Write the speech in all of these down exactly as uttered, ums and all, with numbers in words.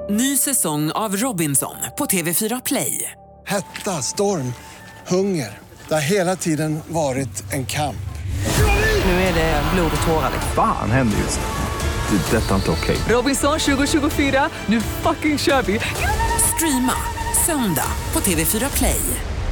Ny säsong av Robinson på T V fyra Play. Hetta, storm, hunger. Det har hela tiden varit en kamp. Nu är det blod och tårar. Fan händer just det. Det är detta inte okej. Robinson tjugo tjugofyra, nu fucking kör vi. Streama söndag på T V fyra Play.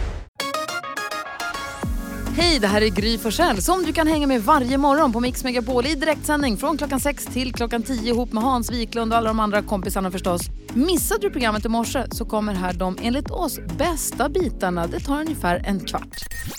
Hej, det här är Gry Forssell som du kan hänga med varje morgon på Mix Megapol i direktsändning från klockan sex till klockan tio ihop med Hans Wiklund och alla de andra kompisarna förstås. Missade du programmet i morse så kommer här de enligt oss bästa bitarna. Det tar ungefär en kvart.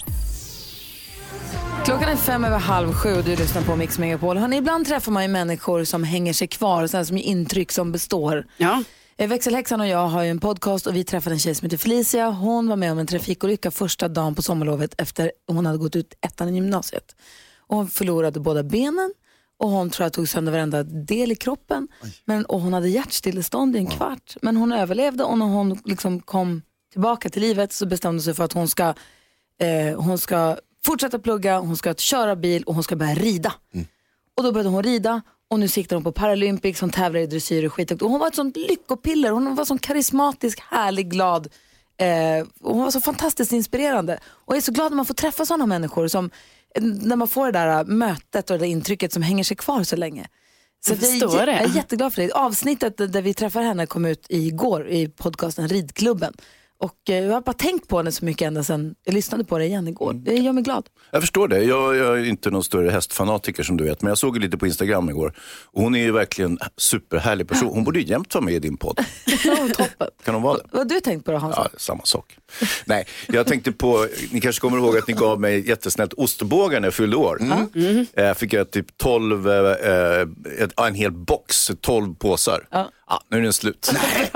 Klockan är fem över halv sju och du lyssnar på Mix Megapol. Hörrni, ibland träffar man ju människor som hänger sig kvar, så här som är intryck som består. Ja. Växelhäxan och jag har ju en podcast och vi träffade en tjej som heter Felicia. Hon var med om en trafikolycka första dagen på sommarlovet efter hon hade gått ut ettan i gymnasiet. Och hon förlorade båda benen och hon tror jag tog sönder varenda del i kroppen. Men, och hon hade hjärtstillestånd i en kvart. Men hon överlevde och när hon liksom kom tillbaka till livet så bestämde hon sig för att hon ska, eh, hon ska fortsätta plugga, hon ska köra bil och hon ska börja rida. Mm. Och då började hon rida. Och nu siktar hon på Paralympics, hon tävlar i dressyr och skit. Och hon var ett sånt lyckopiller, hon var så karismatisk, härlig, glad. Eh, hon var så fantastiskt inspirerande. Och jag är så glad när man får träffa sådana människor som, när man får det där mötet och det intrycket som hänger sig kvar så länge. Så jag, jag, jag är jätteglad för det. Avsnittet där vi träffar henne kom ut igår i podcasten Ridklubben. Och jag har bara tänkt på henne så mycket ända sedan jag lyssnade på det igen igår. Det gör mig glad. Jag förstår det. Jag, jag är inte någon större hästfanatiker som du vet. Men jag såg lite på Instagram igår. Och hon är ju verkligen superhärlig person. Hon borde ju jämt vara med i din podd. Ja, toppen. Kan hon vara det? Vad har du tänkt på då, Hans? Ja, samma sak. Nej, jag tänkte på, ni kanske kommer ihåg att ni gav mig jättesnällt ostbågar när jag fyllde år. Mm. Mm. Jag fick jag typ tolv, eh, ett, en hel box, tolv påsar. Ja. Ja, nu är den slut. Nej.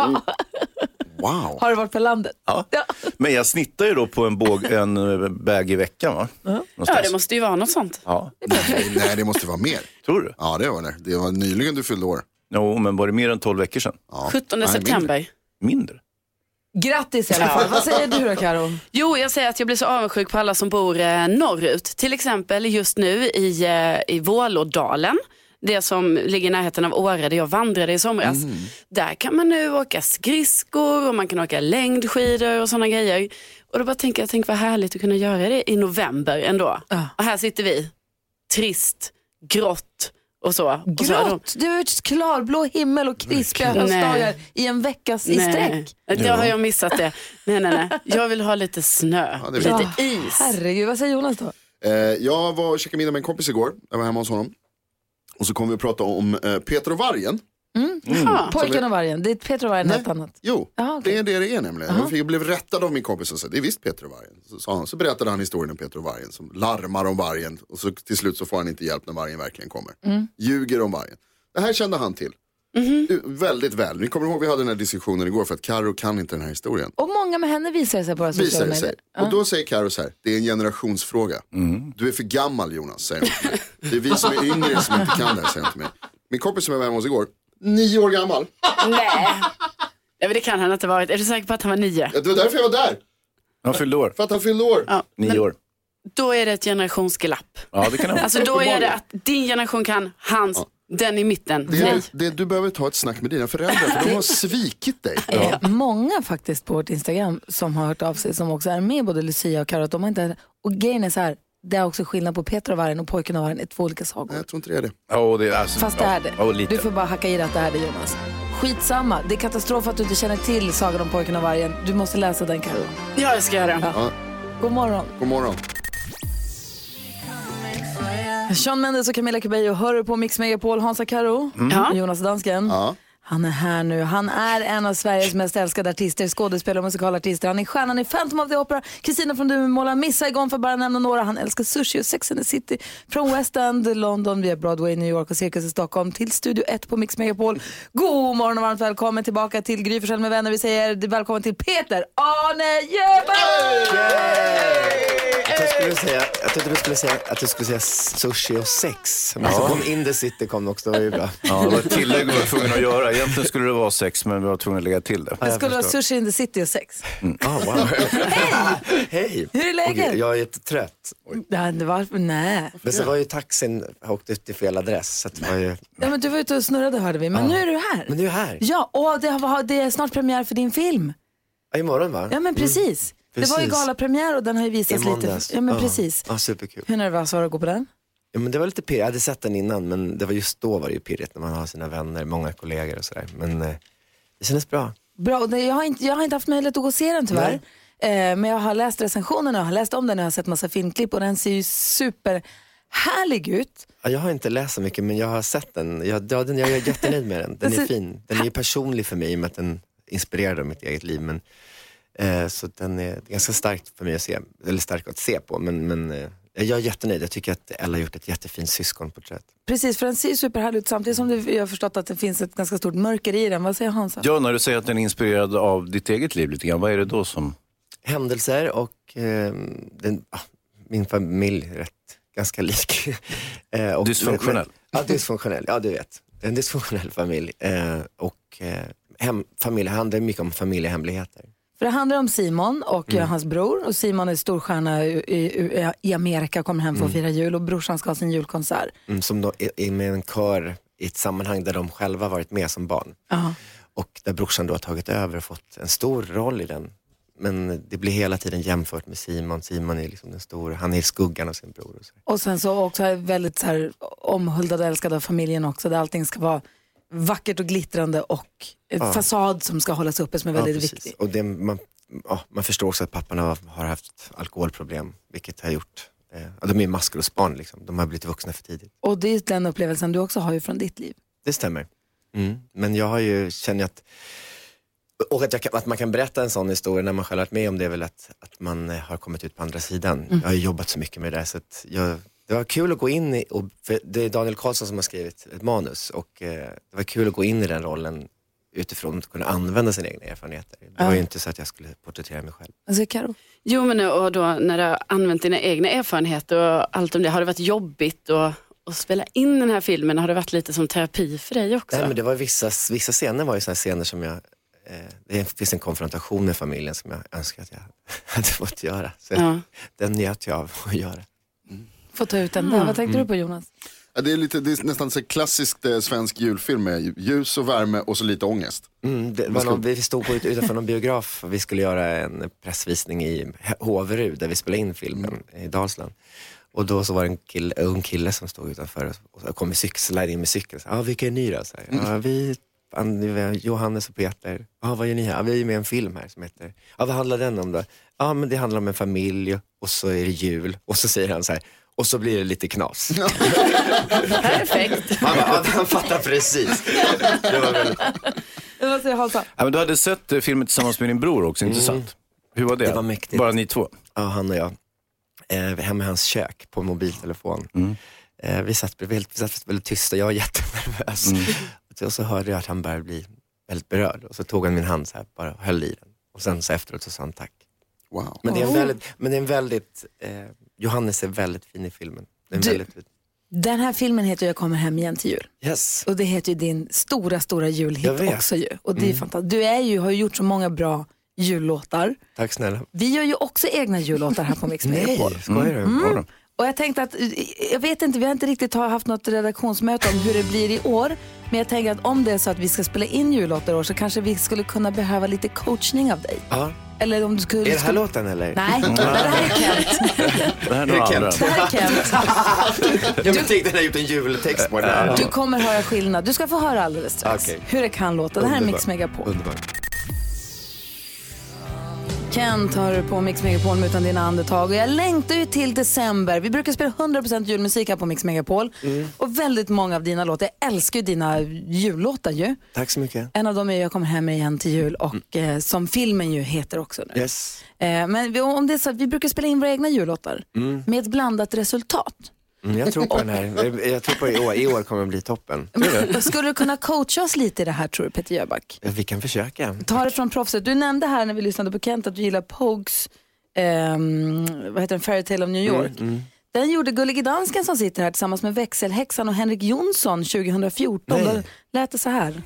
Wow. Har du varit på landet? Ja. Ja. Men jag snittar ju då på en, båg, en bag i veckan, va? Uh-huh. Ja, det måste ju vara något sånt. Ja. Nej, nej, det måste vara mer. Tror du? Ja, det var det. Det var nyligen du fyllde år. Jo, men var det mer än tolv veckor sedan? Ja. sjuttonde september. Mindre. mindre. Grattis i alla fall. Vad säger du då, Karo? Jo, jag säger att jag blir så avundsjuk på alla som bor eh, norrut. Till exempel just nu i, eh, i Vålådalen. Det som ligger i närheten av Åre där jag vandrade i somras. Mm. Där kan man nu åka skridskor och man kan åka längdskidor och sådana grejer. Och då bara tänker jag, tänk vad härligt att kunna göra det i november ändå. Uh. Och här sitter vi, trist, grått och så. Grått? Och så de... Du har ett klarblå himmel och krispiga höstdagar i en veckas i sträck. Det har jag missat det. Nej, nej, nej. Jag vill ha lite snö, ja, lite oh, is. Herregud, vad säger Jonas då? Eh, jag var och käkade middag med en kompis igår. Jag var hemma hos honom. Och så kommer vi att prata om eh, Peter och vargen. Mm. Mm. Pojken och vargen. Det är Peter och vargen något annat. Jo, Aha, okay. det är det det är nämligen. Uh-huh. Jag blev rättad av min kompis och sa, det är visst Peter och vargen. Så, sa han, så berättade han historien om Peter och vargen som larmar om vargen. Och så till slut så får han inte hjälp när vargen verkligen kommer. Mm. Ljuger om vargen. Det här kände han till. Mm-hmm. Väldigt väl. Ni kommer ihåg vi hade den här diskussionen igår för att Karo kan inte den här historien. Och många med henne visar sig på våra sociala medier. Sig. Och då säger Karo så här, det är en generationsfråga. Mm. Du är för gammal, Jonas, säger hon till mig. Det är vi som är yngre som inte kan det här, säger hon till mig. Min kompis som jag var hemma hos igår, nio år gammal. Nej, ja, men det kan han inte varit. Är du säker på att han var nio? Ja, det var därför jag var där. Han fyllde år. För att han fyllde år. Ja, nio år. Då är det ett generationsglapp. Ja, det kan han. Alltså då är det att din generation kan, hans... Ja. Den i mitten. Det är, det, du behöver ta ett snack med dina föräldrar för de har svikit dig. Ja. Många faktiskt på vårt Instagram som har hört av sig som också är med både Lucia och Karo. De har inte, och grejen är så här, det är också skillnad på Peter och vargen och pojken och vargen är två olika sagor. Nej, jag tror inte det är det. Oh, det är alltså, fast det är det. Oh, lite. Du får bara hacka i det att det är det, Jonas. Skitsamma, det är katastrof att du inte känner till sagan om pojken och vargen. Du måste läsa den, Karo. Ja, jag ska göra det. Ja. God morgon. God morgon. Sean Mendes och Camilla Cabello hör på Mix Megapol. Hansa Karo, mm. Jonas Dansken. Ja. Han är här nu. Han är en av Sveriges mest älskade artister, skådespelare och musikalartister. Han är stjärnan i Phantom of the Opera. Kristina från Duvemåla, Missa igång för bara nämna några. Han älskar sushi och Sex and the City. Från West End, London, via Broadway, New York och Cirkus i Stockholm till Studio ett på Mix Megapol. God morgon och varmt välkommen tillbaka till Gry Forssell med vänner. Vi säger välkommen till Peter Arne Jöback! Jag skulle säga, jag trodde du skulle säga att du skulle säga sushi och sex. Men ja. Så kom In the City kom också, det var ju bra. Ja, det var ett tillägg vi var tvungna att göra. Egentligen skulle det vara sex, men vi var tvungna att lägga till det. Det skulle vara sushi in the city och sex. Mm. Oh, wow. Hej! Hej! Hur är läget? Okay, jag är jättetrött. Nej, det var, nej. Men så var ju taxin åkt ut till fel adress. Så det var ju... Ja, men du var ute och snurrade, hörde vi. Men ja. Nu är du här. Men du är här. Ja, och det, har, det är snart premiär för din film. Ja, imorgon va? Ja, men precis. Mm. Precis. Det var ju galapremiär och den har ju visats lite. Ja, men ja. Precis. Ja, superkul. Hur nervös var du att gå på den? Ja, men det var lite pirrigt. Jag hade sett den innan, men det var just då var det ju pirrigt när man har sina vänner, många kollegor och sådär. Men eh, det kändes bra. Bra, och det, jag, har inte, jag har inte haft möjlighet att gå och se den tyvärr. Eh, men jag har läst recensionerna och har läst om den och har sett massa filmklipp och den ser ju super härlig ut. Ja, jag har inte läst så mycket, men jag har sett den. Jag, ja, den, jag är jättenöjd med den. Den är fin. Den är ju personlig för mig med att den inspirerar mitt eget liv, men Eh, så den är ganska starkt för mig att se, eller starkt att se på, men, men eh, jag är jättenöjd. Jag tycker att Ella har gjort ett jättefint syskonporträtt. Precis, för den ser superhärlig ut samtidigt som du, jag har förstått att det finns ett ganska stort mörker i den. Vad säger Hansa? Ja, när du säger att den är inspirerad av ditt eget liv lite grann, vad är det då som... Händelser och eh, den, ah, min familj är rätt ganska lik. eh, och, dysfunktionell? Men, ja, dysfunktionell, ja du vet. En dysfunktionell familj. Eh, och eh, hem, familj handlar mycket om familjehemligheter. För det handlar om Simon och mm. hans bror. Och Simon är storstjärna i, i, i Amerika, kommer hem för att mm. fira jul. Och brorsan ska ha sin julkonsert. Mm, som då är, är med en kör i ett sammanhang där de själva varit med som barn. Uh-huh. Och där brorsan då har tagit över och fått en stor roll i den. Men det blir hela tiden jämfört med Simon. Simon är liksom den stora, han är i skuggan av sin bror. Och, så. Och sen så också är väldigt så här omhuldad och älskad av familjen också. Där allting ska vara vackert och glittrande och en ja. fasad som ska hållas uppe som är väldigt ja, viktig. Och det, man, ja, man förstår också att papporna har, har haft alkoholproblem, vilket har gjort, eh, de är maskrosbarn liksom, de har blivit vuxna för tidigt. Och det är den upplevelsen du också har ju från ditt liv. Det stämmer. Mm. Men jag har ju, känner att, och att, jag kan, att man kan berätta en sån historia när man själv har varit med om det är väl att, att man har kommit ut på andra sidan. Mm. Jag har jobbat så mycket med det så att jag... Det var kul att gå in i, och det är Daniel Karlsson som har skrivit ett manus och eh, det var kul att gå in i den rollen utifrån att kunna använda sina egna erfarenheter. Det ja. var ju inte så att jag skulle porträttera mig själv. Alltså, Karo? Jo, men och då när du har använt dina egna erfarenheter och allt om det, har det varit jobbigt och, och spela in den här filmen? Har det varit lite som terapi för dig också? Nej, men det var vissa, vissa scener var ju sådana scener som jag, eh, det finns en konfrontation med familjen som jag önskar att jag hade fått göra. Så ja. Den njöt jag av att göra. Mm. Få ta ut den där. Mm. Vad tänkte du på, Jonas? Ja, det är lite, det är nästan så klassiskt eh, svensk julfilm med ljus och värme och så lite ångest. Mm, det, var någon, vi stod på, utanför någon biograf och vi skulle göra en pressvisning i Håverud där vi spelade in filmen mm. i Dalsland. Och då så var det en kille, ung kille som stod utanför och kom med cykel, in med cykeln. Ja, ah, vilka är ni då? Så här, mm. ja, vi, Johannes och Peter. Ja, ah, vad gör ni här? Ah, vi är med en film här som heter, ja, ah, vad handlar den om då? Ja, ah, men det handlar om en familj och så är det jul. Och så säger han så här, och så blir det lite knas. Perfekt. Han, han, han fattar precis. Det var väldigt... ja, men du hade sett filmen tillsammans med din bror också, inte sant? Mm. Hur var det? Det var mäktigt. Bara ni två? Ja, han och jag. Eh, hemma i hans kök på mobiltelefon. Mm. Eh, vi, satt, vi, vi satt väldigt tysta, jag var jättenervös. Mm. Och så hörde jag att han började bli väldigt berörd. Och så tog han min hand så här, bara höll i den. Och sen så efteråt så sa han tack. Wow. Men det är en väldigt, men det är en väldigt eh, Johannes är väldigt fin i filmen. Det är en du, väldigt... Den här filmen heter Jag kommer hem igen till jul. Yes. Och det heter ju din stora, stora julhit också ju. Och det är mm. fantastiskt. Du är ju, har ju gjort så många bra jullåtar. Tack snälla. Vi gör ju också egna jullåtar här på Mix Megapol. Nej, skojar du? Mm. Mm. Och jag tänkte att, jag vet inte, vi har inte riktigt haft något redaktionsmöte om hur det blir i år. Men jag tänker att om det är så att vi ska spela in jullåtar i år så kanske vi skulle kunna behöva lite coachning av dig. Ja. Eller om du skulle, är det här skulle... låten eller? Nej, mm. det här är Kent. Det här är några andra. Det här är Kent. Jag tänkte att jag gjort en jultext på det. Du kommer höra skillnad. Du ska få höra alldeles strax okay. hur det kan låta. Det här är Mix Megapol. Underbart. Kent hör på Mix Megapol med Utan dina andetag. Och jag längtar ju till december. Vi brukar spela hundra procent julmusik här på Mix Megapol. Mm. Och väldigt många av dina låtar. Jag älskar ju dina jullåtar ju. Tack så mycket. En av dem är Jag kommer hem igen till jul. Och mm. eh, som filmen ju heter också nu. Yes. Eh, men vi, om det är så att vi brukar spela in våra egna jullåtar. Mm. Med ett blandat resultat. Mm, jag tror på den här. Jag tror på i år. I år kommer det bli toppen. Skulle du kunna coacha oss lite i det här, tror du, Peter Jöback? Ja, vi kan försöka. Ta det från proffset. Du nämnde här när vi lyssnade på Kent att du gillar Pogues, um, vad heter den, Fairy Tale of New York. Mm, mm. Den gjorde Gullige Dansken som sitter här tillsammans med Växelhäxan och Henrik Jonsson tjugohundrafjorton. Nej. Då lät det så här.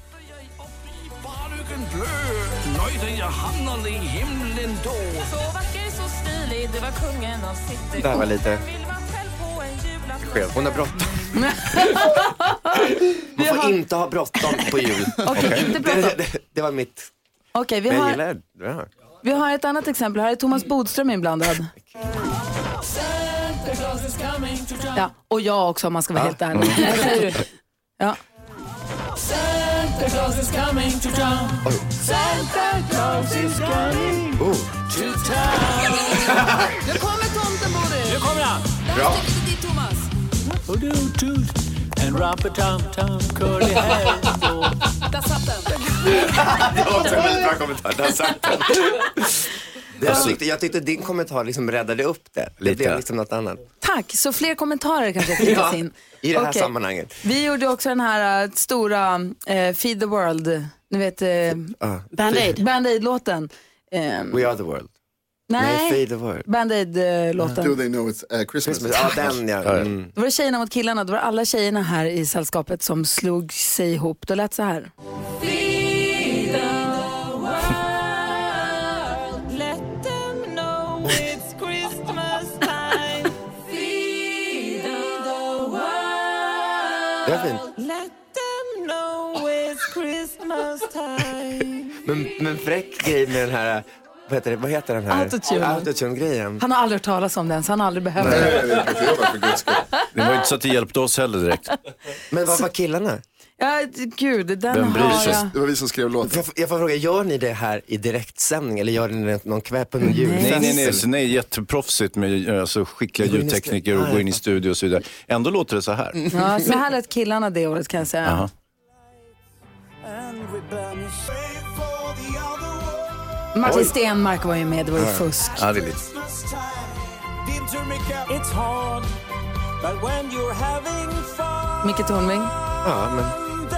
Det här var lite skevt. Hon har bråttom. Man får har... inte ha bråttom på jul. Okej, okay, inte bråttom. Det, det, det var mitt... Okej, okay, vi, har... vi har ett annat exempel. Här är Thomas Bodström inblandad. Ja, och jag också om man ska vara ja. helt ärlig. Mm. Vad säger du? Ja. Santa Claus is coming to town. Santa Claus is coming oh. to town. Nu kommer tomten, Bodil. Nu kommer han. Bra. Dit, Thomas. And rap-a-tam-tam curly hair. Där satt den. Det var också en väldigt bra kommentar. Där satt den. Jag tyckte, jag tyckte din kommentar liksom räddade upp det. Det blev liksom något annat. Tack, så fler kommentarer kanske flyttas in. I det här okay. sammanhanget. Vi gjorde också den här uh, stora uh, Feed the World, ni vet, uh, uh. Band-Aid. Band-Aid-låten. Um, We are the world. Nej, nej Feed the World. Band-Aid-låten. Do they know it's uh, Christmas? Christmas. Ja, den ja. Mm. Det var tjejerna mot killarna, det var alla tjejerna här i sällskapet som slog sig ihop. Det lät så här. Feed the world, let them know it's Christmas time. Feed the world, det är fint. Let them know it's Christmas time. Men, men fräck grej med den här... Vad heter, det? Vad heter den här? Autotune. Autotune-grejen. Han har aldrig hört talas om den, så han har aldrig behövt nej, det. Nej, nej, det var inte så att det hjälpte oss heller direkt. Men vad var killarna? Ja, gud, den Vem bryr sig? har jag... Det var vi som skrev låten. Jag, jag får fråga, gör ni det här i direktsändning eller gör ni det någon kväll på någon julfest? Nej, nej, nej, så nej, jätteproffsigt med alltså, skickliga ljudtekniker och gå in i studio och så vidare. Ändå låter det så här. Ja, så här lät killarna det året kan jag säga. Aha. Martin Stenmark var ju med, det var ju fusk. Ja, det är lite. Micke Tornving. Ja, men...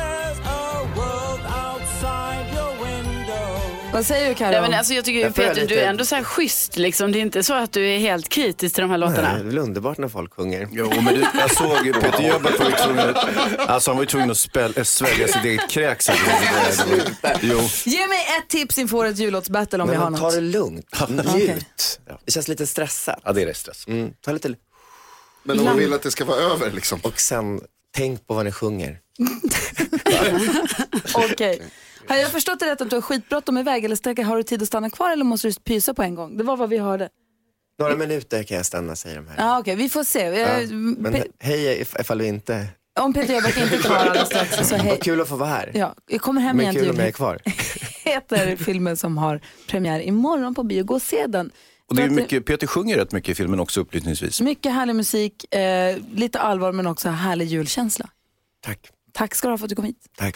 Vad säger du, Karo? Ja, men alltså, jag tycker jag Peter, lite... du är ändå så här schysst liksom. Det är inte så att du är helt kritisk till de här låtarna. Nej, det är väl underbart när folk sjunger. Jo, men du, jag såg ju Peter Jöback var ju tvungen att, alltså han var ju tvungen att spel, svälja sitt eget kräks. Jo. Ge mig ett tips inför ett jullåtsbattle om men vi har något. Ta det lugnt, njut. Okay. Det känns lite stressat. Ja, det är det stress. Mm. Ta lite... Men om man vill att det ska vara över liksom. Och sen, tänk på vad ni sjunger. Okej. Okay. Har jag förstått det rätt att du har skitbråttom iväg eller sträcker, har du tid att stanna kvar eller måste du pysa på en gång? Det var vad vi hörde. Några minuter kan jag stanna, säger de här. Ja, ah, okej, okay. Vi får se. Ja, men Pe- hej ifall vi inte... Om Peter Jöback inte klarar alldeles strax så hej. Vad kul att få vara här. Ja, jag kommer hem men igen till till kul om jag är kvar. heter filmen som har premiär imorgon på bio. Gå och se den. Och det är mycket, Peter sjunger rätt mycket i filmen också upplysningsvis. Mycket härlig musik, eh, lite allvar men också härlig julkänsla. Tack. Tack ska du ha för att du kom hit. Tack.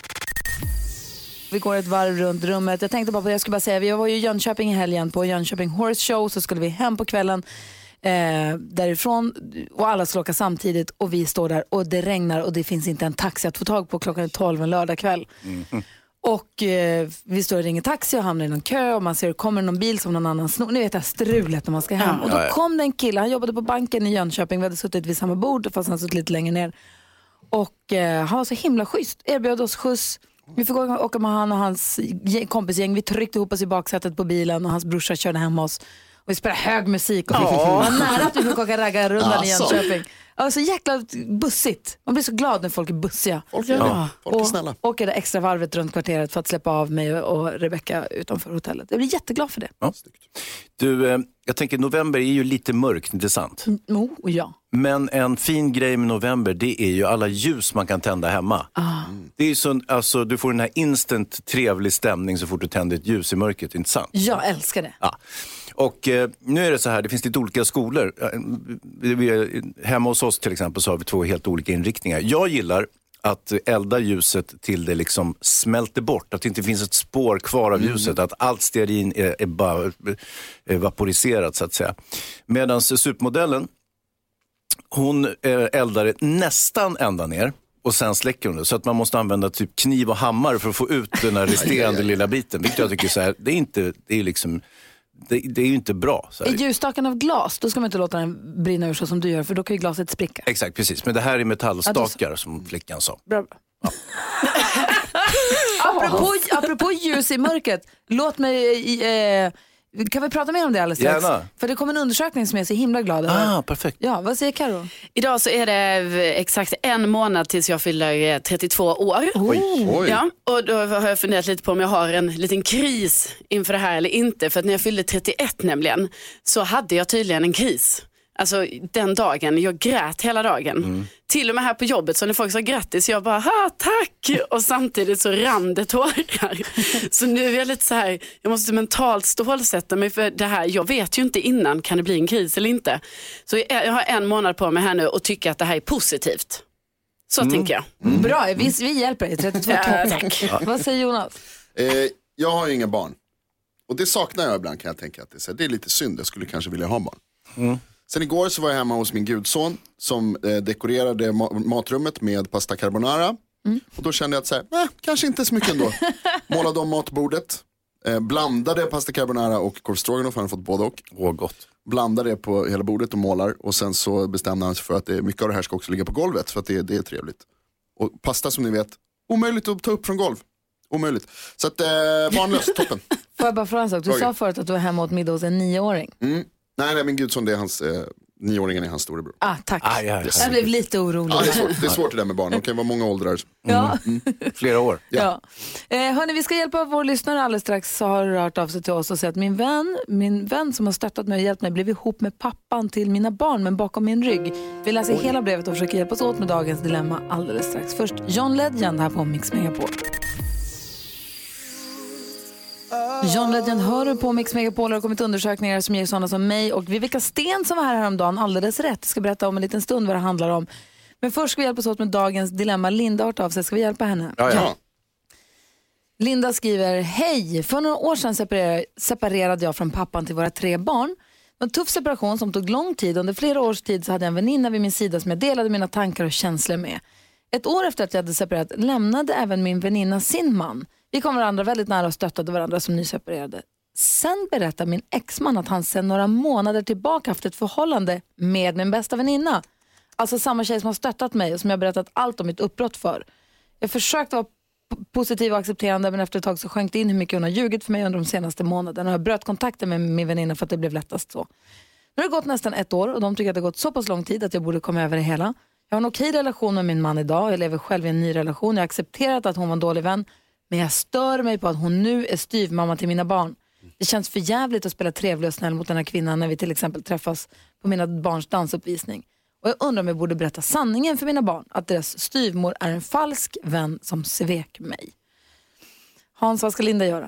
Vi går ett varv runt rummet. Jag tänkte bara på, jag skulle bara säga, vi var ju i Jönköping i helgen på Jönköping Horse Show, så skulle vi hem på kvällen eh, därifrån och alla skulle åka samtidigt och vi står där och det regnar och det finns inte en taxi att få tag på klockan tolv en lördag kväll. Mm. Och eh, vi står och ringer taxi och hamnar i någon kö och man ser att det kommer någon bil som någon annan snor. Ni vet det här strulet när man ska hem. Och då kom det en kille, han jobbade på banken i Jönköping, vi hade suttit vid samma bord fast han suttit lite längre ner. Och eh, han var så himla schysst, erbjöd oss skjuts. Vi fick åka med han och hans kompisgäng. Vi tryckte ihop oss i baksätet på bilen och hans brorsa körde hem oss. Och vi spelade hög musik och oh. var nära att vi fick åka raggarrundan alltså. i Jönköping. Ja, så jäkla bussigt. Man blir så glad när folk är bussiga. Folk är, ja. folk är snälla. Och åker det extra varvet runt kvarteret för att släppa av mig och Rebecca utanför hotellet. Jag blir jätteglad för det. Ja. Du, eh, jag tänker november är ju lite mörkt, inte sant? Mm, oh, ja. Men en fin grej med november, det är ju alla ljus man kan tända hemma. Ah. Det är ju så, alltså, du får den här instant trevlig stämning så fort du tänder ett ljus i mörkret, inte sant? Jag älskar det. Ja. Och eh, nu är det så här, det finns lite olika skolor. Vi är, hemma hos oss till exempel så har vi två helt olika inriktningar. Jag gillar att elda ljuset till det liksom smälter bort. Att det inte finns ett spår kvar av ljuset. Mm. Att allt stearin är, är bara är vaporiserat så att säga. Medan supermodellen, hon eldar det nästan ända ner. Och sen släcker hon det. Så att man måste använda typ kniv och hammare för att få ut den här resterande lilla biten. Vilket jag tycker så här, det är inte, det är liksom... det, det är ju inte bra. Så I ljusstaken av glas, då ska man inte låta den brinna ur så som du gör, för då kan ju glaset spricka. Exakt, precis. Men det här är metallstakar, ja, som flickan sa. Bra, bra. Ja. apropå, apropå ljus i mörkret, låt mig... Eh, kan vi prata mer om det alldeles strax? Gärna. För det kom en undersökning som jag är så himla glad över. Ah, perfekt. Ja, vad säger Karo? Idag så är det exakt en månad tills jag fyller trettiotvå år. Oj. Oj. Ja, och då har jag funderat lite på om jag har en liten kris inför det här eller inte. För att när jag fyllde trettioett nämligen, så hade jag tydligen en kris. Alltså den dagen, jag grät hela dagen. Mm. Till och med här på jobbet så när folk sa grattis, jag bara, ha tack! Och samtidigt så rann det tårar. Så nu är jag lite så här, jag måste mentalt stålsätta mig för det här. Jag vet ju inte innan, kan det bli en kris eller inte? Så jag har en månad på mig här nu och tycker att det här är positivt. Så mm. tänker jag. Mm. Bra, vi, vi hjälper dig, trettiotvå ja, tack. Ja. Vad säger Jonas? Eh, jag har ju inga barn. Och det saknar jag ibland, kan jag tänka. Att det, är, så här, det är lite synd, jag skulle kanske vilja ha barn. Mm. Sen igår så var jag hemma hos min gudson som eh, dekorerade ma- matrummet med pasta carbonara. Mm. Och då kände jag att så här, eh, kanske inte så mycket ändå. Målade om matbordet, eh, blandade pasta carbonara och korv stroganoff, han har fått både och. Åh, gott. Blandade det på hela bordet och målar. Och sen så bestämde han sig för att det, mycket av det här ska också ligga på golvet för att det, det är trevligt. Och pasta som ni vet, omöjligt att ta upp från golv. Omöjligt. Så att, eh, barnlöst, toppen. Får jag bara fråga en sak? Du Fråga. sa förut att du var hemma åt middag hos en nioåring. Mm. Nej, nej, min gudson, det är hans, eh, nioåringen är hans storebror. Ah, tack. Ah, ja, jag blev lite orolig. Ja, det är svårt det, är svårt det där med barn, de kan vara många åldrar. Mm. Ja. Mm. Flera år. Ja. Ja. Eh, hörni, vi ska hjälpa vår lyssnare alldeles strax. Så har rört av sig till oss och sagt att min vän, min vän som har stöttat mig och hjälpt mig blev ihop med pappan till mina barn, men bakom min rygg. Vi läser Oj. hela brevet och försöker hjälpas åt med dagens dilemma alldeles strax. Först John Legend här på Mix Megapol. John Legend hör du på Mix Megapol. Det har kommit undersökningar som ger sådana som mig och Vivica Sten som var här häromdagen alldeles rätt. Jag ska berätta om en liten stund vad det handlar om. Men först ska vi hjälpas åt med dagens dilemma. Linda har hört av sig. Ska vi hjälpa henne? Ja, ja. Linda skriver, hej, för några år sedan separerade, separerade jag från pappan till våra tre barn. Det var en tuff separation som tog lång tid. Under flera års tid så hade jag en väninna vid min sida som jag delade mina tankar och känslor med. Ett år efter att jag hade separerat lämnade även min väninna sin man. Vi kom varandra väldigt nära och stöttade varandra som nyseparerade. Sen berättar min exman att han sedan några månader tillbaka haft ett förhållande med min bästa väninna. Alltså samma tjej som har stöttat mig och som jag berättat allt om mitt uppbrott för. Jag försökte vara p- positiv och accepterande, men efter ett tag så sjönk det in hur mycket hon har ljugit för mig under de senaste månaderna. Jag bröt kontakten med min väninna för att det blev lättast så. Nu har det gått nästan ett år och de tycker att det har gått så pass lång tid att jag borde komma över det hela. Jag har en okej relation med min man idag. Jag lever själv i en ny relation. Jag har accepterat att hon var en dålig vän. Men jag stör mig på att hon nu är styvmamma till mina barn. Det känns för jävligt att spela trevlig och snäll mot den här kvinnan när vi till exempel träffas på mina barns dansuppvisning. Och jag undrar om jag borde berätta sanningen för mina barn. Att deras styvmor är en falsk vän som svek mig. Hans, vad ska Linda göra?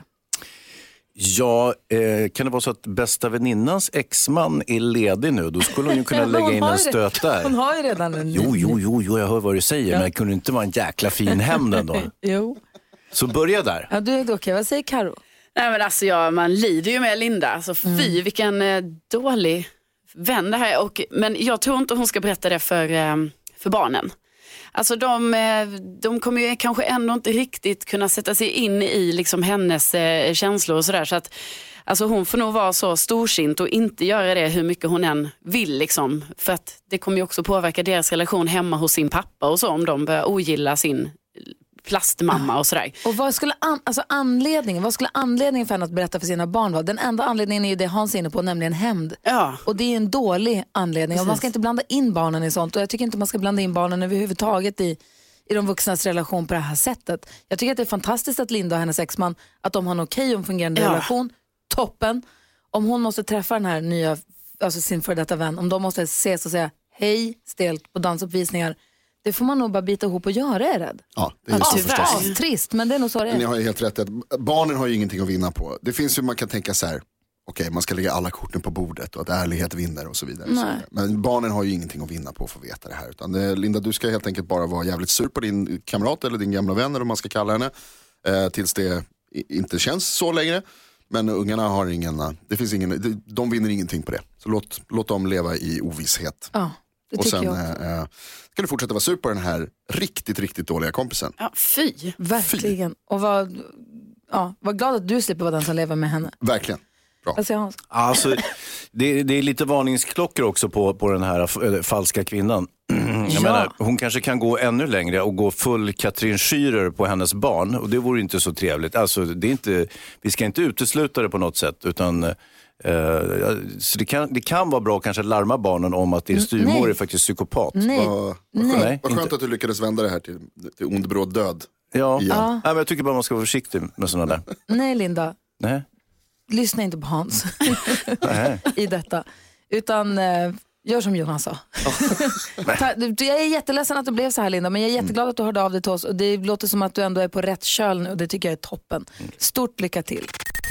Ja, eh, kan det vara så att bästa väninnans exman är ledig nu? Då skulle hon ju kunna lägga in en stöt där. Hon har ju redan en... Jo, jo, jo, jo jag hör vad du säger. Ja. Men det kunde inte vara en jäkla fin hämnd ändå. Jo. Så börja där. Ja, du är okej. Okay. Vad säger Karo? Nej, men alltså, ja, man lider ju med Linda. Alltså, fy, mm. vilken eh, dålig vän det här är. Och, men jag tror inte hon ska berätta det för, eh, för barnen. Alltså de, eh, de kommer ju kanske ändå inte riktigt kunna sätta sig in i liksom, hennes eh, känslor och sådär. Så att alltså, hon får nog vara så storsint och inte göra det hur mycket hon än vill. Liksom, för att det kommer ju också påverka deras relation hemma hos sin pappa och så. Om de börjar ogilla sin plastmamma och sådär. Och vad skulle an- alltså anledningen, vad skulle anledningen för henne att berätta för sina barn vara? Den enda anledningen är ju det Hans är inne på, nämligen hämnd. Ja. Och det är en dålig anledning. Och man ska inte blanda in barnen i sånt. Och jag tycker inte man ska blanda in barnen överhuvudtaget i, i de vuxnas relation på det här sättet. Jag tycker att det är fantastiskt att Linda och hennes exman, att de har en okej och fungerande ja. relation. Toppen. Om hon måste träffa den här nya, alltså sin för detta vän, om de måste ses och säga hej stelt på dansuppvisningar, det får man nog bara bita ihop och göra, är rädd. Ja, det är ja, så förstås. Ja, trist, men det är nog så det är. Ni har ju helt rätt att barnen har ju ingenting att vinna på. Det finns ju, man kan tänka så här, okej, okay, man ska lägga alla korten på bordet och att ärlighet vinner och så vidare. Så, men barnen har ju ingenting att vinna på att få veta det här. Utan eh, Linda, du ska helt enkelt bara vara jävligt sur på din kamrat eller din gamla vän, eller vad man ska kalla henne, eh, tills det inte känns så längre. Men ungarna har ingen, det finns ingen, de vinner ingenting på det. Så låt, låt dem leva i ovisshet. Ja. Och sen äh, ska du fortsätta vara sur på den här riktigt, riktigt dåliga kompisen. Ja, fy. Verkligen. Fy. Och var, ja, var glad att du slipper vara den som lever med henne. Verkligen. Bra. Vad säger Hans? Alltså, det, det är lite varningsklockor också på, på den här äh, falska kvinnan. Jag Ja. menar, hon kanske kan gå ännu längre och gå full Katrin Schürer på hennes barn. Och det vore inte så trevligt. Alltså, det är inte, vi ska inte utesluta det på något sätt. Utan, eh, så det, kan, det kan vara bra kanske att larma barnen om att det är styrmor är faktiskt psykopat. Nej. Vad vad Nej. skönt, vad skönt att du lyckades vända det här till, till ond bråd död. Ja, Igen. ja. Nej, men jag tycker bara man ska vara försiktig med sådana där. Nej, Linda. Nej. Lyssna inte på Hans Nej. i detta. Utan eh, gör som Jonas sa. Ta, du- jag är jätteledsen att det blev så här, Linda, men jag är jätteglad att du hörde av dig till oss. Och det låter som att du ändå är på rätt köl nu och det tycker jag är toppen. Stort lycka till.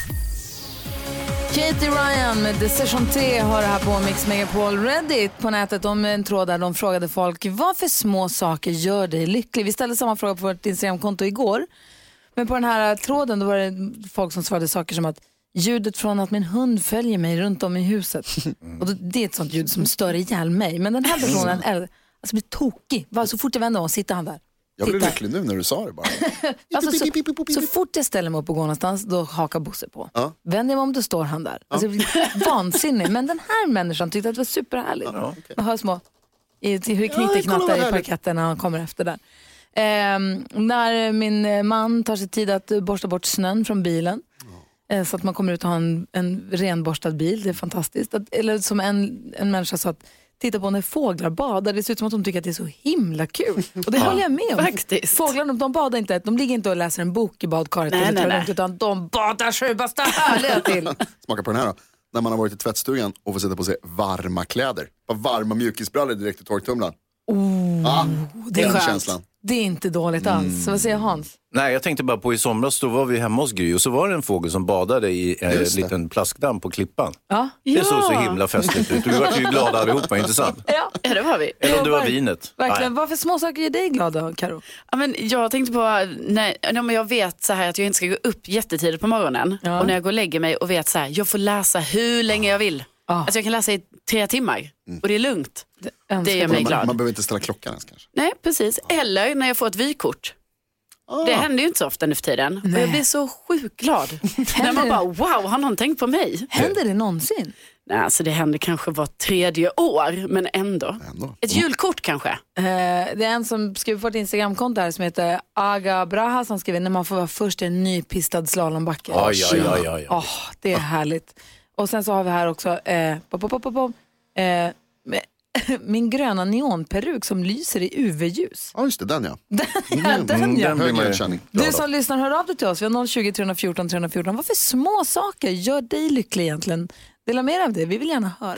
Katie Ryan med Decision T har det här på Mix Megapol Reddit på nätet om en tråd där de frågade folk vad för små saker gör dig lycklig. Vi ställde samma fråga på vårt Instagramkonto igår. Men på den här tråden då var det folk som svarade saker som att ljudet från att min hund följer mig runt om i huset. Och då, det är ett sånt ljud som stör ihjäl mig. Men den här personen är, alltså, blir tokig. Bara så fort jag vänder om sitter han där. Jag blev Tittar. lycklig nu när du sa det bara. Alltså, så, så fort jag ställer mig upp och går någonstans då hakar Bosse på. Ja. Vänder jag mig om då står han där. Alltså, jag blir vansinnig. Men den här människan tyckte att det var superhärligt. Ja, okay. Man hör små i, till hur det knitter Ja, kolla vad knattar i härligt. parketten när han kommer efter där. Ehm, när min man tar sig tid att borsta bort snön från bilen. Eh, så att man kommer ut och har en, en renborstad bil. Det är fantastiskt. Att, eller som en, en människa sa att titta på när fåglar badar. Det ser ut som att de tycker att det är så himla kul. Och det håller jag med om. Faktiskt. Fåglarna, de badar inte. De ligger inte och läser en bok i badkaret. Nej, eller nej, tar det nej. lugnt, utan de badar sjubasta härliga till. Smaka på den här då. När man har varit i tvättstugan och får sätta på sig varma kläder. Bara varma mjukisbrallor direkt i torktumlaren. Oh, ah, det är den skönt. känslan. Det är inte dåligt alls. Mm. Så vad säger Hans? Nej, jag tänkte bara på i somras då var vi hemma hos Gry och så var det en fågel som badade i en Just det. liten plaskdamm på klippan. Ja, Det såg så himla festligt ut. Vi var ju glada allihopa, inte sant? ja. Ja, det var vi. Eller om det var verk- vinet. Verkligen. Vad för små saker gör dig glad då, Karo? Ja, men jag tänkte på, nej, ja, men jag vet så här att jag inte ska gå upp jättetidigt på morgonen. Ja. Och när jag går och lägger mig och vet så här, jag får läsa hur länge jag vill. Ah. Alltså jag kan läsa i tre timmar och det är lugnt. önskar Det gör mig Man, glad. man behöver inte ställa klockan ens kanske. Nej, precis. Eller när jag får ett vykort. Ah. Det händer ju inte så ofta nu för tiden. Och Nej. jag blir så sjukt glad. När man bara, wow, har någon tänkt på mig? Händer det någonsin? Nej, alltså det händer kanske var tredje år, men ändå. Ändå. Ett julkort kanske. Eh, det är en som skriver på ett Instagramkonto här som heter Aga Braha som skriver när man får vara först i en nypistad slalombacke. Oj, oj, oj, oj. Åh, det är härligt. Och sen så har vi här också eh, pop, pop, pop, pop, eh, med- min gröna neonperuk som lyser i U V-ljus. Ja, just det, den ja. Ja, den ja. den blir Hög man ju- igenkänning. Du som lyssnar, hör av dig till oss. Vi har noll tjugo, tre fjorton, tre fjorton. Vad för små saker gör dig lycklig egentligen? Dela mer av det, vi vill gärna höra.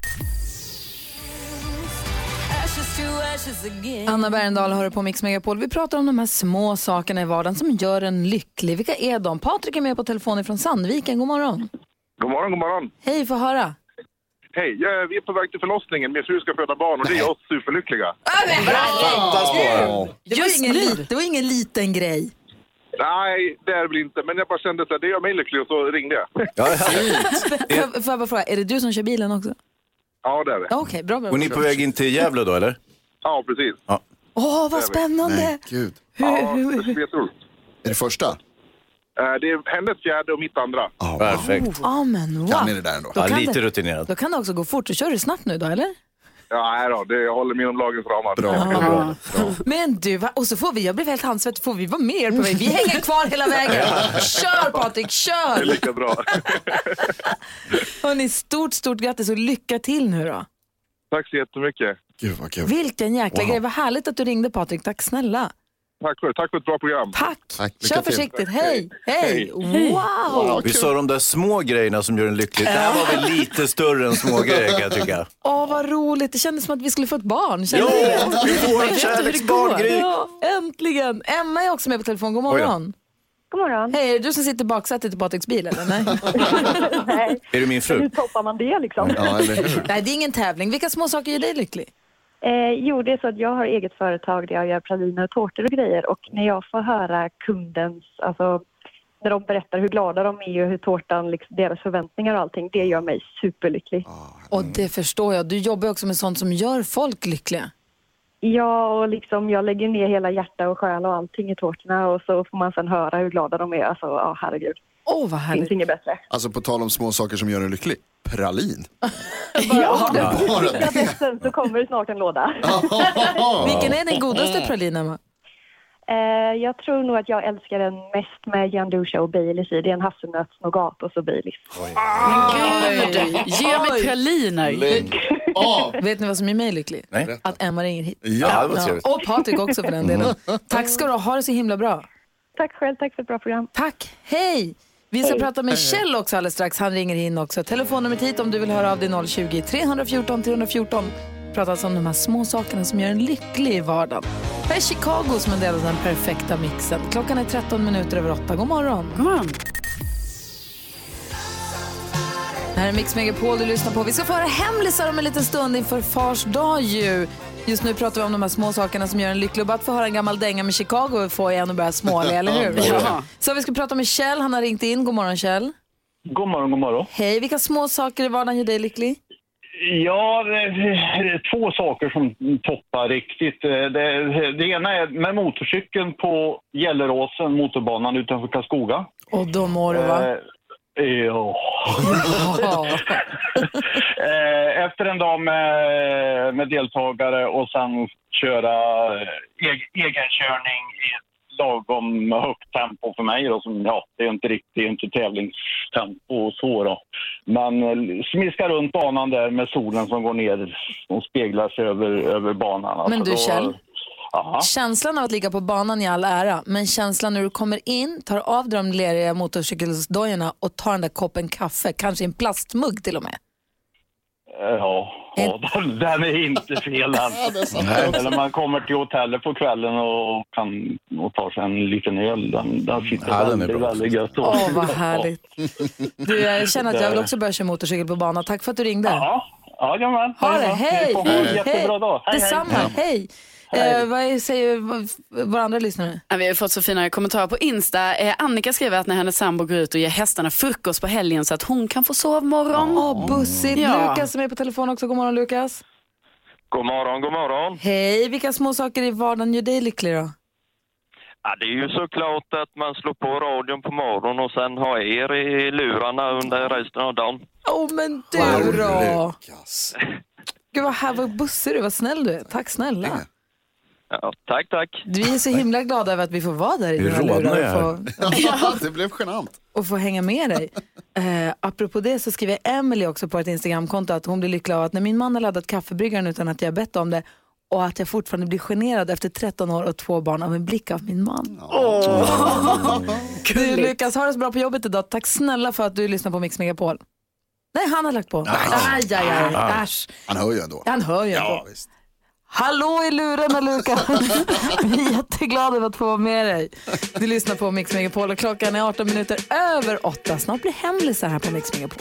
Anna Bergendahl hör på Mix Megapol. Vi pratar om de här små sakerna i vardagen som gör en lycklig. Vilka är de? Patrik är med på telefonen från Sandviken. God morgon. God morgon, god morgon. Hej, få höra. Hej, eh, vi är på väg till förlossningen. Min fru ska föda barn och det gör oss superlyckliga. Fattas bara. Det var, ingen, li- det var ingen liten grej. Nej, det är det väl inte. Men jag bara kände att det gör mig lycklig och så ringde jag. Ja, ja. Får jag- får jag bara fråga, är det du som kör bilen också? Ja, det är det. Ja, Okej, bra. bra. Och ni är på väg in till Gävle då, eller? Ja, precis. Åh, vad spännande. Nej, gud. Hur, Ja, hur, det är jätteroligt. Är det första? Eh, Det är hennes fjärde och mitt andra. Ja, Perfekt. Ja, men wow. Kan ni det där ändå? Då Ja, kan lite det- rutinerad. Då kan det också gå fort. Så kör du snabbt nu då, eller? Ja, nej då, det, jag håller mig inom lagens ramar. Bra, Ja. bra, bra. Men du, va? Och så får vi, jag blev helt handsvett, får vi vara med er på väg? Vi hänger kvar hela vägen. Kör Patrik, Det är kör! lika bra. Hörrni, stort, stort grattis och lycka till nu då. Tack så jättemycket. Gud vad kul. Vilken jäkla Wow. grej, vad härligt att du ringde Patrik, tack snälla. Tack för, tack för ett bra program. Tack, Tack, lycka kör till. försiktigt, hej, hej, wow. Vi sa de där små grejerna som gör en lycklig. Det här var väl lite större än små grejer kan jag tycka. Åh, vad roligt, det kändes som att vi skulle få ett barn. Kände Ja, du det? vi får en Vet du hur det kärleksbarn, går? Gry. Ja, äntligen. Emma är också med på telefon, god Oj då. morgon. God morgon. Hej, är det du som sitter i baksätet i Patriks bil eller? Nej. Nej, Är det min fru? hur toppar man det liksom? Ja, eller hur? Nej, det är ingen tävling. Vilka små saker gör dig lycklig? Eh, jo, det är så att jag har eget företag där jag gör praliner och tårtor och grejer. Och när jag får höra kundens, alltså när de berättar hur glada de är och hur tårtan, liksom, deras förväntningar och allting, det gör mig superlycklig. Och det förstår jag. Du jobbar ju också med sånt som gör folk lyckliga. Ja, och liksom jag lägger ner hela hjärta och själ och allting i tårtorna och så får man sen höra hur glada de är. Alltså, ja, herregud. Åh, oh, vad härligt. Finns inget bättre. Alltså på tal om små saker som gör en lycklig. Pralin. Ja, ja. Sen så kommer det snart en låda. Vilken är den godaste pralin, Emma? Uh, jag tror nog att jag älskar den mest med Gianduja och Baileys i. Det är en hasselnöts, nougat och så Baileys. Gud, ge mig praliner. Oh. Vet ni vad som är mig lycklig? Nej. Att Emma ringer hit. Ja, det var trevligt. Och Patrik också för den delen. Tack ska du ha, ha det så himla bra. Tack själv, tack för ett bra program. Tack, hej! Vi ska hej. prata med Kjell också alldeles strax. Han ringer in också. Telefonnumret hit om du vill höra av dig noll tjugo, tre fjorton, tre fjorton. Pratar alltså om de här små sakerna som gör en lycklig i vardagen. Här är Chicago som en del av den perfekta mixen. Klockan är tretton minuter över åtta. God morgon. God morgon. Här är Mix Megapol du lyssnar på. Vi ska få höra hemlisar om en liten stund inför Fars dag ju. Just nu pratar vi om de här små sakerna som gör en lycklig. Och bara att få höra en gammal dänga med Chicago och få igen och börja småle, eller hur? Ja. Så vi ska prata med Kjell. Han har ringt in. God morgon, Kjell. God morgon, god morgon. Hej, vilka små saker i vardagen gör dig lycklig? Ja, det är två saker som toppar riktigt. Det, det ena är med motorcykeln på Gelleråsen, motorbanan utanför Karlskoga. Och då mår du, va? Eh, ja. Efter en dag med, med deltagare och sen köra eg, egenkörning i lagom högt tempo för mig då, som, ja, det är inte riktigt inte tävlingstempo och så då. Men smiska runt banan där med solen som går ner och speglar sig över, över banan. Alltså, men du då, Kjell, aha. känslan av att ligga på banan i all ära, men känslan när du kommer in, tar av de leriga motorcykelsdojorna och tar den där koppen kaffe, kanske en plastmugg till och med. Ja, ja den, den är inte fel än. Eller man kommer till hotellet på kvällen och kan och tar sig en liten öl. Den, den sitter ja, väldigt, den väldigt gött. Åh, oh, vad härligt. Du, jag känner att jag vill också börja köra motorcykel på banan. Tack för att du ringde. Ja, ja jajamän. Ha det, hej. Hej. Jättebra dag. Hej, detsamma, hej. hej. Eh, vad säger våra andra lyssnare? Ja, vi har fått så fina kommentarer på Insta. Eh, Annika skriver att när hennes sambo går ut och ger hästarna frukost på helgen så att hon kan få sovmorgon. Åh, oh, bussigt. Ja. Lukas som är på telefon också. God morgon, Lukas. God morgon, god morgon. Hej, vilka små saker i vardagen gör dig lycklig då? Ja, det är ju såklart att man slår på radion på morgonen och sen har er i lurarna under resten av dagen. Åh, oh, men du wow, då. Lukas. Gud, vad, här, vad bussig du, vad snäll du är. Tack snälla. Ja. Ja, tack, tack. Vi är så himla glada över att vi får vara där i dina lurar. Få... Ja, det blev genant. Och få hänga med dig. Eh, apropå det så skriver Emily också på ett Instagramkonto att hon blir lycklig av att när min man har laddat kaffebryggaren utan att jag bett om det och att jag fortfarande blir generad efter tretton år och två barn av en blick av min man. Åh! Du Lukas, har det så bra på jobbet idag. Tack snälla för att du lyssnar på Mix Megapol. Nej, han har lagt på. Aj, aj, aj, aj. Han hör ju ändå. Han hör ju ändå. Ja, visst. Hallå i lurarna, Lukas. Vi är jätteglada över att få vara med dig. Du lyssnar på Mix Megapol och klockan är arton minuter över åtta. Snart blir hemlisar här på Mix Megapol.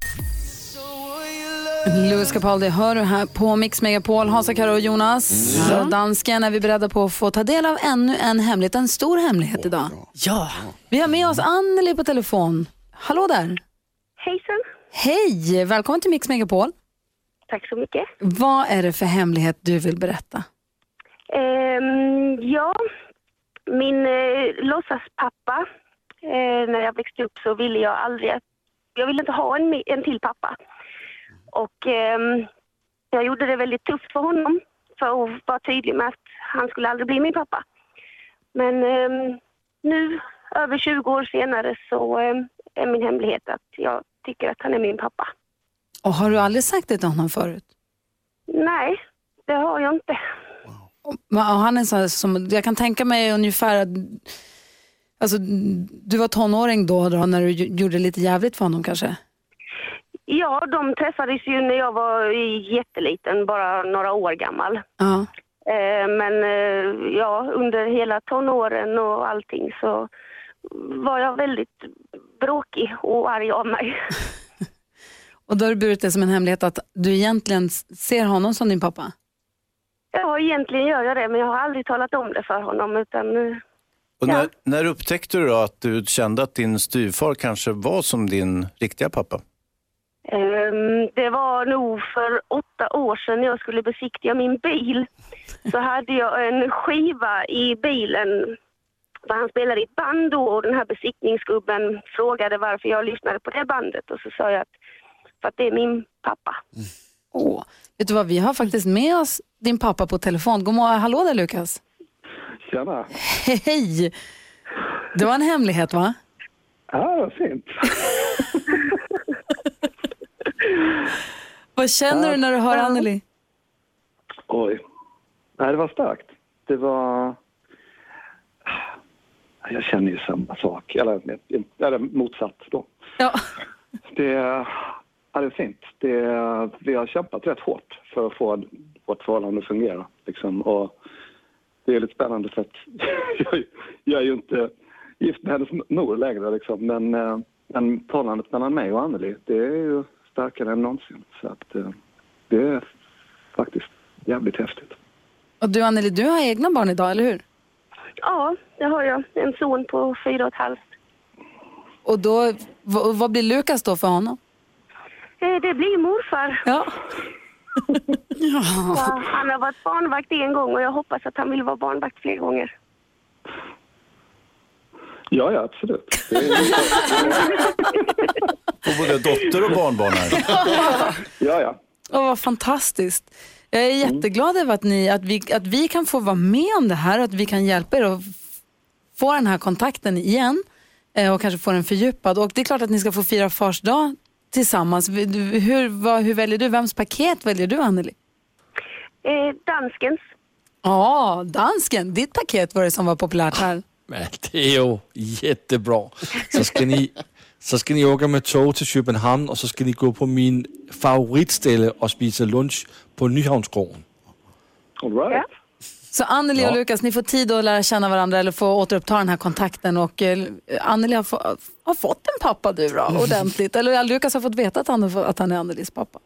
Louis Capaldi hör du här på Mix Megapol. Hansa, Karo och Jonas. Mm. Så dansken är vi beredda på att få ta del av ännu en hemlighet. En stor hemlighet idag. Ja. Vi har med oss Anneli på telefon. Hallå där. Hejsan. Hej, välkommen till Mix Megapol. Tack så mycket. Vad är det för hemlighet du vill berätta? Um, ja, min eh, låtsaspappa, eh, när jag växte upp så ville jag aldrig, jag ville inte ha en, en till pappa. Och eh, jag gjorde det väldigt tufft för honom för att vara tydlig med att han skulle aldrig bli min pappa. Men eh, nu, över tjugo år senare, så eh, är min hemlighet att jag tycker att han är min pappa. Och har du aldrig sagt det till honom förut? Nej, det har jag inte. Och han är så här, som, jag kan tänka mig ungefär att alltså, du var tonåring då, då när du gjorde lite jävligt för honom kanske? Ja, de träffades ju när jag var jätteliten, bara några år gammal. Ja. Eh, men eh, ja, under hela tonåren och allting så var jag väldigt bråkig och arg av mig. Och då har du burit det som en hemlighet att du egentligen ser honom som din pappa? Ja, egentligen gör jag det, men jag har aldrig talat om det för honom. Utan, och när, ja. när upptäckte du då att du kände att din styvfar kanske var som din riktiga pappa? Um, det var nog för åtta år sedan när jag skulle besiktiga min bil. Så hade jag en skiva i bilen Han spelade i ett band då och den här besiktningsgubben frågade varför jag lyssnade på det bandet. Och så sa jag att, för att det är min pappa. Mm. Åh, vet du vad, vi har faktiskt med oss din pappa på telefon. God morgon, hallå där Lukas. Tjena. Hej. Det var en hemlighet, va? Ja, vad fint. Vad känner du när du hör Anneli? Oj. Nej, det var starkt. Det var... Jag känner ju samma sak. Eller, eller motsatt då. Ja. Det, ja, det är fint. Det, vi har kämpat rätt hårt för att få vårt förhållande att fungera. Liksom. Och det är lite spännande för att jag, jag är ju inte gift med hennes mor längre. Liksom. Men, men förhållandet mellan mig och Anneli, det är ju starkare än någonsin. Så att, det är faktiskt jävligt häftigt. Och du Anneli, du har egna barn idag, eller hur? Ja, det har jag. En son på fyra och ett halvt. Och då, v- vad blir Lukas då för honom? Eh, det blir morfar. Ja. Ja, han har varit barnvakt en gång och jag hoppas att han vill vara barnvakt fler gånger. Ja, ja, absolut. Det är... Och både dotter och barnbarn här. Ja, ja. Åh, vad fantastiskt. Jag är jätteglad över att, ni, att, vi, att vi kan få vara med om det här och att vi kan hjälpa er att få den här kontakten igen eh, och kanske få den fördjupad. Och det är klart att ni ska få fira fars dag tillsammans. Hur, vad, hur väljer du? Vems paket väljer du, Anneli? Eh, danskens. Ja, dansken. Ditt paket var det som var populärt här. Men det är ju jättebra. Så ska ni, så ska ni åka med tåg till Köpenhamn och så ska ni gå på min favoritställe och spisa lunch på Nyhavnsgården. All right. Så Anneli och Ja. Lukas, ni får tid att lära känna varandra eller få återuppta den här kontakten. Och eh, Anneli har, få, har fått en pappa du då, ordentligt. Eller Lukas har fått veta att han, har, att han är Annelis pappa.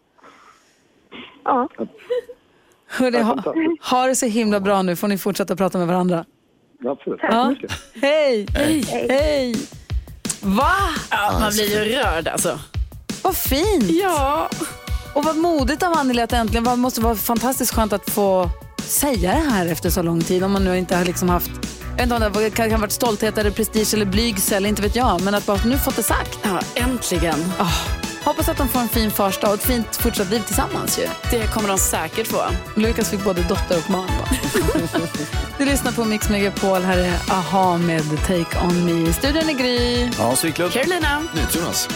Ja. Hörrni, ha, ha det så himla bra nu, får ni fortsätta prata med varandra. Absolut. Ja. Hej. Hej. Hej. Va? Ja, man blir ju rörd alltså. Vad fint. Ja. Och vad modigt av Anneli att äntligen, det måste vara fantastiskt skönt att få säga det här efter så lång tid. Om man nu inte har liksom haft, jag vet inte om det kan ha varit stolthet eller prestige eller blygsel, inte vet jag. Men att bara nu fått det sagt. Ja, äntligen. Oh, hoppas att de får en fin farsdag och ett fint fortsatt liv tillsammans ju. Det kommer de säkert få. Lukas fick både dotter och man. Du lyssnar på Mix Megapol. Här är Aha med Take On Me. Studion är Gry. Ja, Cyklund. Carolina. Jonas.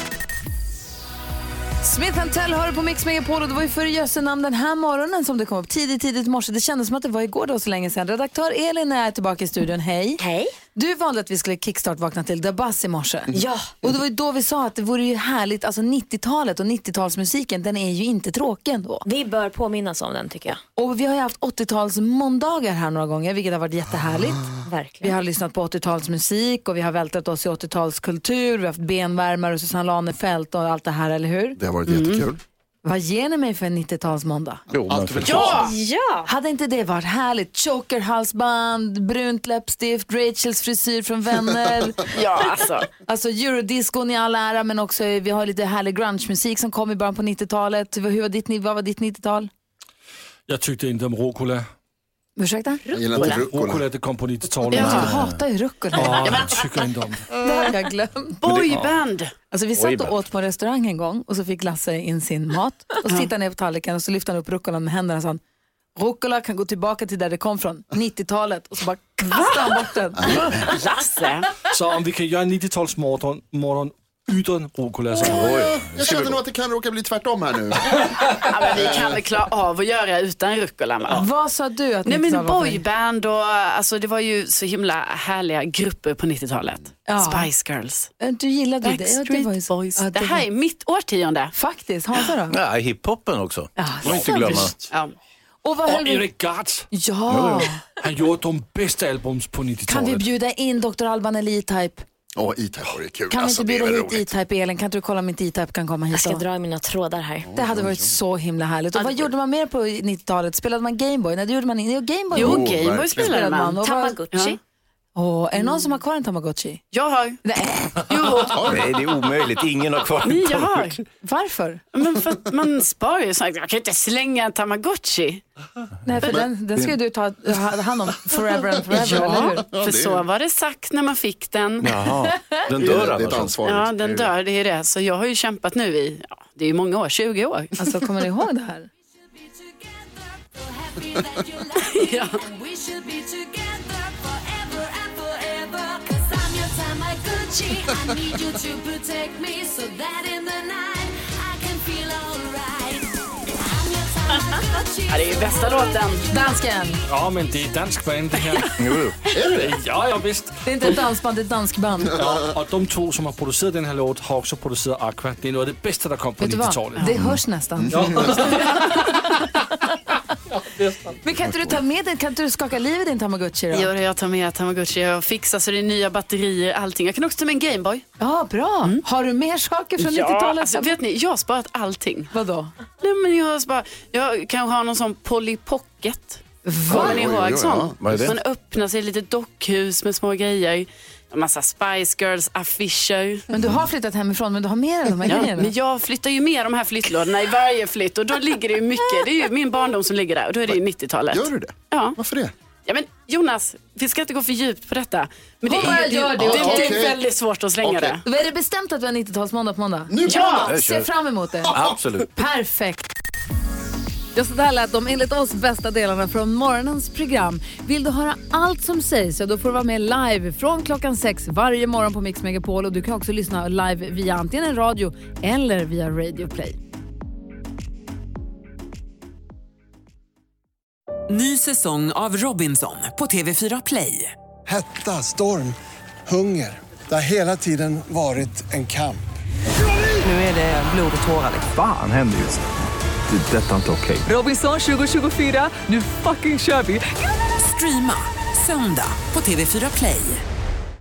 Smith and Tell hör på Mix Megapol och det var ju för jössenamn den här morgonen som det kom upp tidigt, tidigt i morse. Det kändes som att det var igår då så länge sedan. Redaktör Elin är tillbaka i studion. Hej. Hej. Du valde att vi skulle kickstart-vakna till The Buzz i morse. Ja. Och det var ju då vi sa att det vore ju härligt, alltså nittiotalet och nittiotalsmusiken, den är ju inte tråkig ändå. Vi bör påminnas om den tycker jag. Och vi har ju haft åttio-tals måndagar här några gånger, vilket har varit jättehärligt. Verkligen. Vi har lyssnat på åttio-talsmusik och vi har vältat oss i åttio-talskultur. Vi har haft benvärmare och Susanne Lanefelt och allt det här, eller hur? Det har varit mm. jättekul. Vad ger ni mig för en nittiotalsmåndag? Jo, men för Ja! ja! Hade inte det varit härligt? Chokerhalsband, brunt läppstift, Rachels frisyr från Vänner. Ja, alltså. Alltså eurodiscon i all ära, men också vi har lite härlig grunge-musik som kom i början på nittiotalet. Hur var ditt, vad var ditt nittiotal? Jag tyckte inte om rucola. Ursäkta? Jag gillar inte rucola. Rucola, det kom på nittiotalet. Jag hatar ju rucola. Ja, jag tycker inte om det. Det hade jag glömt. Boyband. Alltså vi satt och åt på en restaurang en gång och så fick Lasse in sin mat och så tittade han ner på tallriken och så lyfte han upp rucolan med händerna och sa: rucola kan gå tillbaka till där det kom från, nittiotalet, och så bara kastade han bort den. Lasse. Så om vi kan göra en nittiotalsmorgon morgon utan rucola så oh, jag känner nog att det kan råka bli tvärtom här nu. Ja, men vi kan väl klara av att göra utan rucola. Ja. Vad sa du att Nej, men var boyband och alltså det var ju så himla härliga grupper på nittiotalet. Ja. Spice Girls. Du gillade det. Backstreet Ja, det var ju så. Boys. Ja, det, det här var... är mitt årtionde. Faktiskt, Hansa då? Ja, hiphopen också. Ja, får inte glömma. Ja. Och vad Och höll vi... Eric Gartz. Ja. Han gjorde de bästa albums på nittiotalet. Kan vi bjuda in doktor Alban eller E-Type? Åh, oh, E-Type var det kul. Kan alltså, vi inte bjuda det hit E-Type, Elin? Kan inte du kolla om inte E-Type kan komma hit? Jag ska då? dra i mina trådar här. Det hade varit så himla härligt. Och vad gjorde man mer på nittiotalet? Spelade man Gameboy? Nej, det gjorde man inte. Jo, Gameboy. Jo, Oh, Gameboy verkligen. spelade man. Och vad- Tamagotchi. Åh, är det någon som har kvar en Tamagotchi? Jag har. Nej. Jo. Nej, det är omöjligt. Ingen har kvar en Ni har. Tamagotchi. Varför? Men för att man sparar ju så. Jag kan inte slänga en Tamagotchi. Nej, för den, den ska ju du ta ha hand om forever and forever, Ja, eller hur? för så var det sagt när man fick den. Jaha, den dör Det är ett alltså. ansvar. Ja, den dör, det är det. Så jag har ju kämpat nu i, ja, det är ju många år, tjugo år. Alltså, kommer ni ihåg det här? Ja. Ja, det är ju bästa låten. Dansken. Ja, men det är dansk band det här. Jo, Är det? Ja, ja visst. Det är inte ett dansband, det är ett danskband. Ja, och de två som har producerat den här låt har också producerat Aqua. Det är något av det bästa, der kom på Vet du vad? nittiotalet. Det hörs nästan. Ja. Men kan inte du ta med den? Kan inte du skaka liv i din Tamagotchi då? Jo, jag tar med Tamagotchi. Jag fixar så det är nya batterier, allting. Jag kan också ta med en Gameboy. Ja, bra. Mm. Har du mer saker från Ja, nittiotalet? alltså, vet ni, jag har sparat allting. Vadå? Nej, men jag har sparat, jag kan ha någon sån Polly Pocket. Kommer ni Oj, oj, ihåg oj, sån? ja. Vad är det? Man öppnar sig ett litet dockhus med små grejer. En massa Spice Girls-affischer. Men du har flyttat hemifrån, men du har mer än de här Ja, grejerna. men jag flyttar ju med de här flyttlådorna i varje flytt och då ligger det ju mycket. Det är ju min barndom som ligger där och då är det ju nittiotalet. Gör du det? Ja. Varför det? Ja, men Jonas, vi ska inte gå för djupt på detta. Men det, Hon är, bara det, gör det, det, det, okej. det är väldigt svårt att slänga Okej. det. Då är det bestämt att vi har nittiotalsmåndag på måndag? Nu Ja, Jag Se kör. fram emot det. Absolut. Perfekt. Ja, så där lät de enligt oss bästa delarna från morgonens program. Vill du höra allt som sägs så då får du vara med live från klockan sex varje morgon på Mix Megapol. Och du kan också lyssna live via antingen en radio eller via Radio Play. Ny säsong av Robinson på T V fyra Play. Hetta, storm, hunger. Det har hela tiden varit en kamp. Nu är det blod och tårar. Fan händer just det. Det är detta inte okej. Robinson tjugo tjugofyra, nu fucking kör vi. Streama söndag på T V fyra Play.